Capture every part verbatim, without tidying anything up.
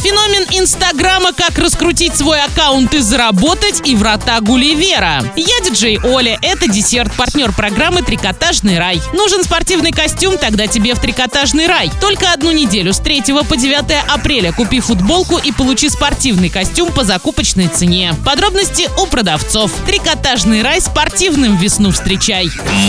Феномен Инстаграма, как раскрутить свой аккаунт и заработать, и врата Гулливера. Я диджей Оля, это десерт, партнер программы «Трикотажный рай». Нужен спортивный костюм? Тогда тебе в «Трикотажный рай». Только одну неделю с третьего по девятое апреля купи футболку и получи спортивный костюм по закупочной цене. Подробности у продавцов. «Трикотажный рай» спортивным весну встречай.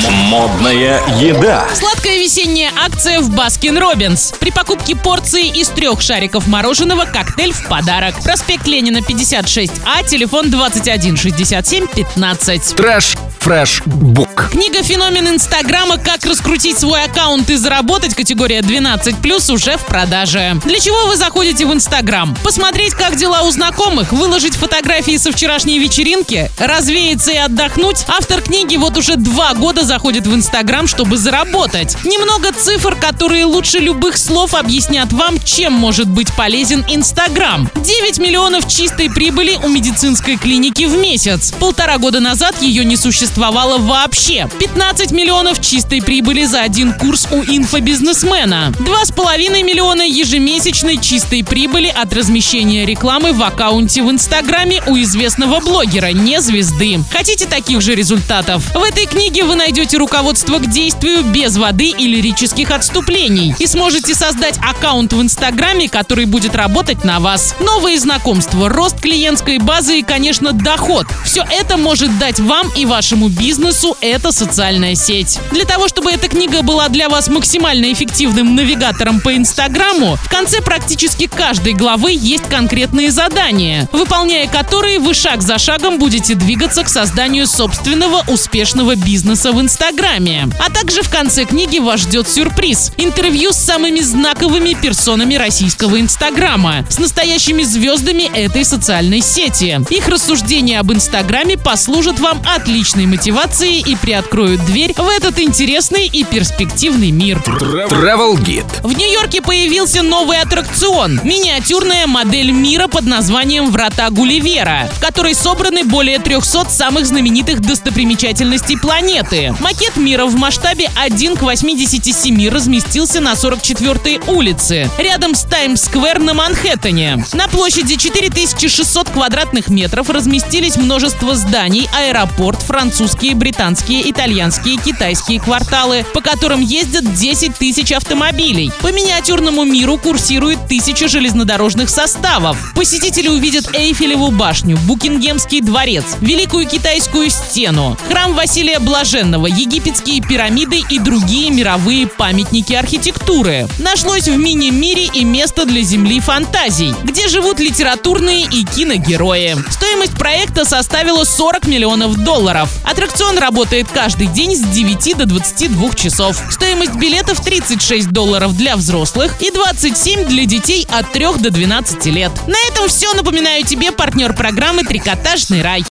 Модная еда. Сладкая весенняя акция в Баскин Роббинс. При покупке порции из трех шариков мороженого коктейль в подарок. Проспект Ленина, пятьдесят шесть А, телефон двадцать один шестьдесят семь пятнадцать. Трэш Фрэш Бук. Книга «Феномен Инстаграма. Как раскрутить свой аккаунт и заработать» категория двенадцать плюс уже в продаже. Для чего вы заходите в Инстаграм? Посмотреть, как дела у знакомых, выложить фотографии со вчерашней вечеринки, развеяться и отдохнуть? Автор книги вот уже два года заходит в Инстаграм, чтобы заработать. Немного цифр, которые лучше любых слов объяснят вам, чем может быть полезен Инстаграм. девять миллионов чистой прибыли у медицинской клиники в месяц. Полтора года назад ее не существовало вообще. пятнадцать миллионов чистой прибыли за один курс у инфобизнесмена. два с половиной миллиона ежемесячной чистой прибыли от размещения рекламы в аккаунте в Инстаграме у известного блогера, не звезды. Хотите таких же результатов? В этой книге вы найдете руководство к действию без воды и лирических отступлений и сможете создать аккаунт в Инстаграме, который будет работать на вас. Новые знакомства, рост клиентской базы и, конечно, доход. Все это может дать вам и вашему бизнесу эта социальная сеть. Для того, чтобы эта книга была для вас максимально эффективным навигатором по Инстаграму, в конце практически каждой главы есть конкретные задания, выполняя которые вы шаг за шагом будете двигаться к созданию собственного успешного бизнеса в Инстаграме. А также в конце книги вас ждет сюрприз – интервью с самыми знаковыми персонами российского Инстаграма, с настоящими звездами этой социальной сети. Их рассуждения об Инстаграме послужат вам отличной мотивацией и приоткроют дверь в этот интересный и перспективный мир. Travel Guide. В Нью-Йорке появился новый аттракцион – миниатюрная модель мира под названием «Врата Гулливера», в которой собраны более трехсот самых знаменитых достопримечательностей планеты. Макет мира в масштабе один к восьмидесяти семи разместился на сорок четвёртой улице, рядом с Таймс-сквер на Манхэттене. На площади четыре тысячи шестьсот квадратных метров разместились множество зданий, аэропорт, французские, британские, итальянские, китайские кварталы, по которым ездят десять тысяч автомобилей. По миниатюрному миру курсирует тысяча железнодорожных составов. Посетители увидят Эйфелеву башню, Букингемский дворец, Великую Китайскую стену, храм Василия Блаженного, египетские пирамиды и другие мировые памятники архитектуры. Нашлось в мини-мире и место для земли фантазий, где живут литературные и киногерои. Стоимость проекта составила сорок миллионов долларов. Аттракцион работает каждый день с девяти до двадцати двух часов. Стоимость билетов тридцать шесть долларов для взрослых и двадцать семь для детей от трёх до двенадцати лет. На этом все. Напоминаю тебе, партнер программы «Трикотажный рай».